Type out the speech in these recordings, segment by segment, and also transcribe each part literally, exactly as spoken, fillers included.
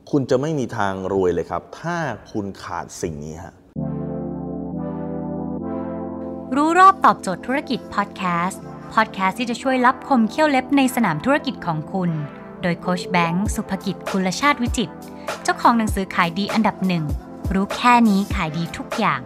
คุณจะไม่มีทางรวยเลยครับถ้าคุณขาดสิ่งนี้ฮะรู้รอบตอบโจทย์ธุรกิจพอดแคสต์พอดแคสต์ที่จะช่วยลับคมเขี้ยวเล็บในสนามธุรกิจของคุณโดยโค้ชแบงค์สุภกิจกุลชาติวิจิตรเจ้าของหนังสือขายดีอันดับหนึ่งรู้แค่นี้ขายดีทุกอย่าง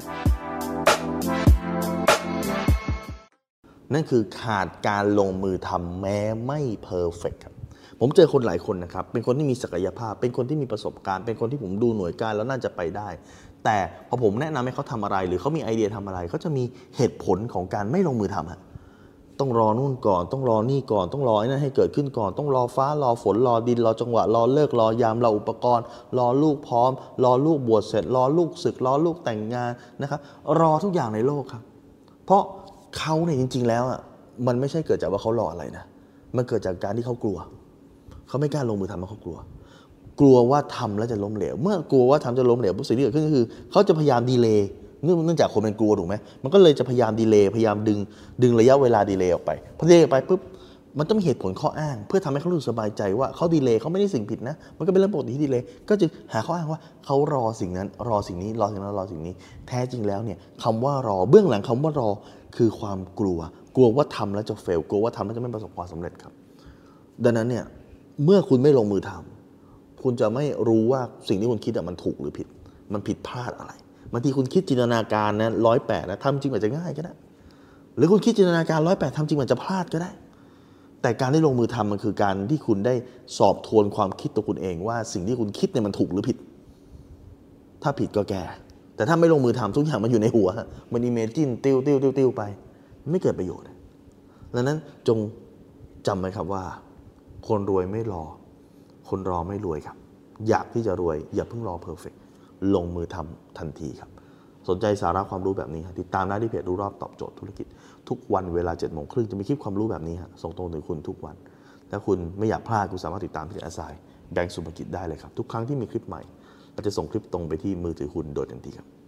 นั่นคือขาดการลงมือทำแม้ไม่เพอร์เฟกต์ครับผมเจอคนหลายคนนะครับเป็นคนที่มีศักยภาพเป็นคนที่มีประสบการณ์เป็นคนที่ผมดูหน่วยการแล้วน่าจะไปได้แต่พอผมแนะนำให้เขาทำอะไรหรือเขามีไอเดียทำอะไรเขาจะมีเหตุผลของการไม่ลงมือทำฮะต้องรอนู่นก่อนต้องรอนี่ก่อนต้องรอไอ้นั่นให้เกิดขึ้นก่อนต้องรอฟ้ารอฝนรอดินรอจังหวะรอเลิกรอยามรออุปกรณ์รอลูกพร้อมรอลูกบวชเสร็จรอลูกศึกรอลูกแต่งงานนะครับรอทุกอย่างในโลกครับเพราะเขาเนี่ยจริงๆแล้วอ่ะมันไม่ใช่เกิดจากว่าเขารออะไรนะมันเกิดจากการที่เขากลัวเขาไม่กล้าลงมือทำเพราะเขากลัวกลัวว่าทำแล้วจะล้มเหลวเมื่อกลัวว่าทำจะล้มเหลวสิ่งที่เกิดขึ้นก็คือเขาจะพยายามดีเลย์เนื่องจากคนเป็นกลัวถูกไหมมันก็เลยจะพยายามดีเลย์พยายามดึงดึงระยะเวลาดีเลย์ออกไปพอดีเลย์ออกไปปุ๊บมันต้องมีเหตุผลข้ออ้างเพื่อทำให้เขารู้สึกสบายใจว่าเขาดีเลย์เขาไม่ได้สิ่งผิดนะมันก็เป็นเรื่องปกติที่ดีเลย์ก็จะหาข้ออ้างว่าเขารอสิ่งนั้นรอสิ่งนี้รอสิ่งนั้นรอสิ่งนี้แท้จริงแล้วเนี่ยคำว่ารอเบื้องหลังคำว่ารอคือความกลัวกลัวว่าทำแล้วจะเฟลกลัวว่าทำแล้วจะไม่ประสบความสำเร็จครับดังนั้นเนี่ยเมื่อคุณไม่ลงมือทำคุณจะไม่รู้ว่าสิ่งที่คุณคิดมันถูกหรือผิดมันผิดพลาดอะไรบางทีคุณคิดจินตนาการนะร้อยแปดนะทำจริงอาจจะง่ายก็ได้หรือคุณคิดจินตนาการร้อยแปดทำจริงอาจจะพลาดก็ได้แต่การได้ลงมือทำมันคือการที่คุณได้สอบทวนความคิดตัวคุณเองว่าสิ่งที่คุณคิดเนี่ยมันถูกหรือผิดถ้าผิดก็แก้แต่ถ้าไม่ลงมือทำทุกอย่างมันอยู่ในหัวมันอิเมจินติ้วติ้วติ้วติ้วไปไม่เกิดประโยชน์ดังนั้นจงจำไว้ครับว่าคนรวยไม่รอคนรอไม่รวยครับอยากที่จะรวยอย่าเพิ่งรอเพอร์เฟกต์ลงมือทำทันทีครับสนใจสาระความรู้แบบนี้ติดตามได้ที่เพจรู้รอบตอบโจทย์ธุรกิจทุกวันเวลาเจ็ดโมงครึ่งจะมีคลิปความรู้แบบนี้ส่งตรงถึงคุณทุกวันถ้าคุณไม่อยากพลาดคุณสามารถติดตามเพจแอสไซน์แบงก์สุภกิจได้เลยครับทุกครั้งที่มีคลิปใหม่เราจะส่งคลิปตรงไปที่มือถือคุณโดยทันทีครับ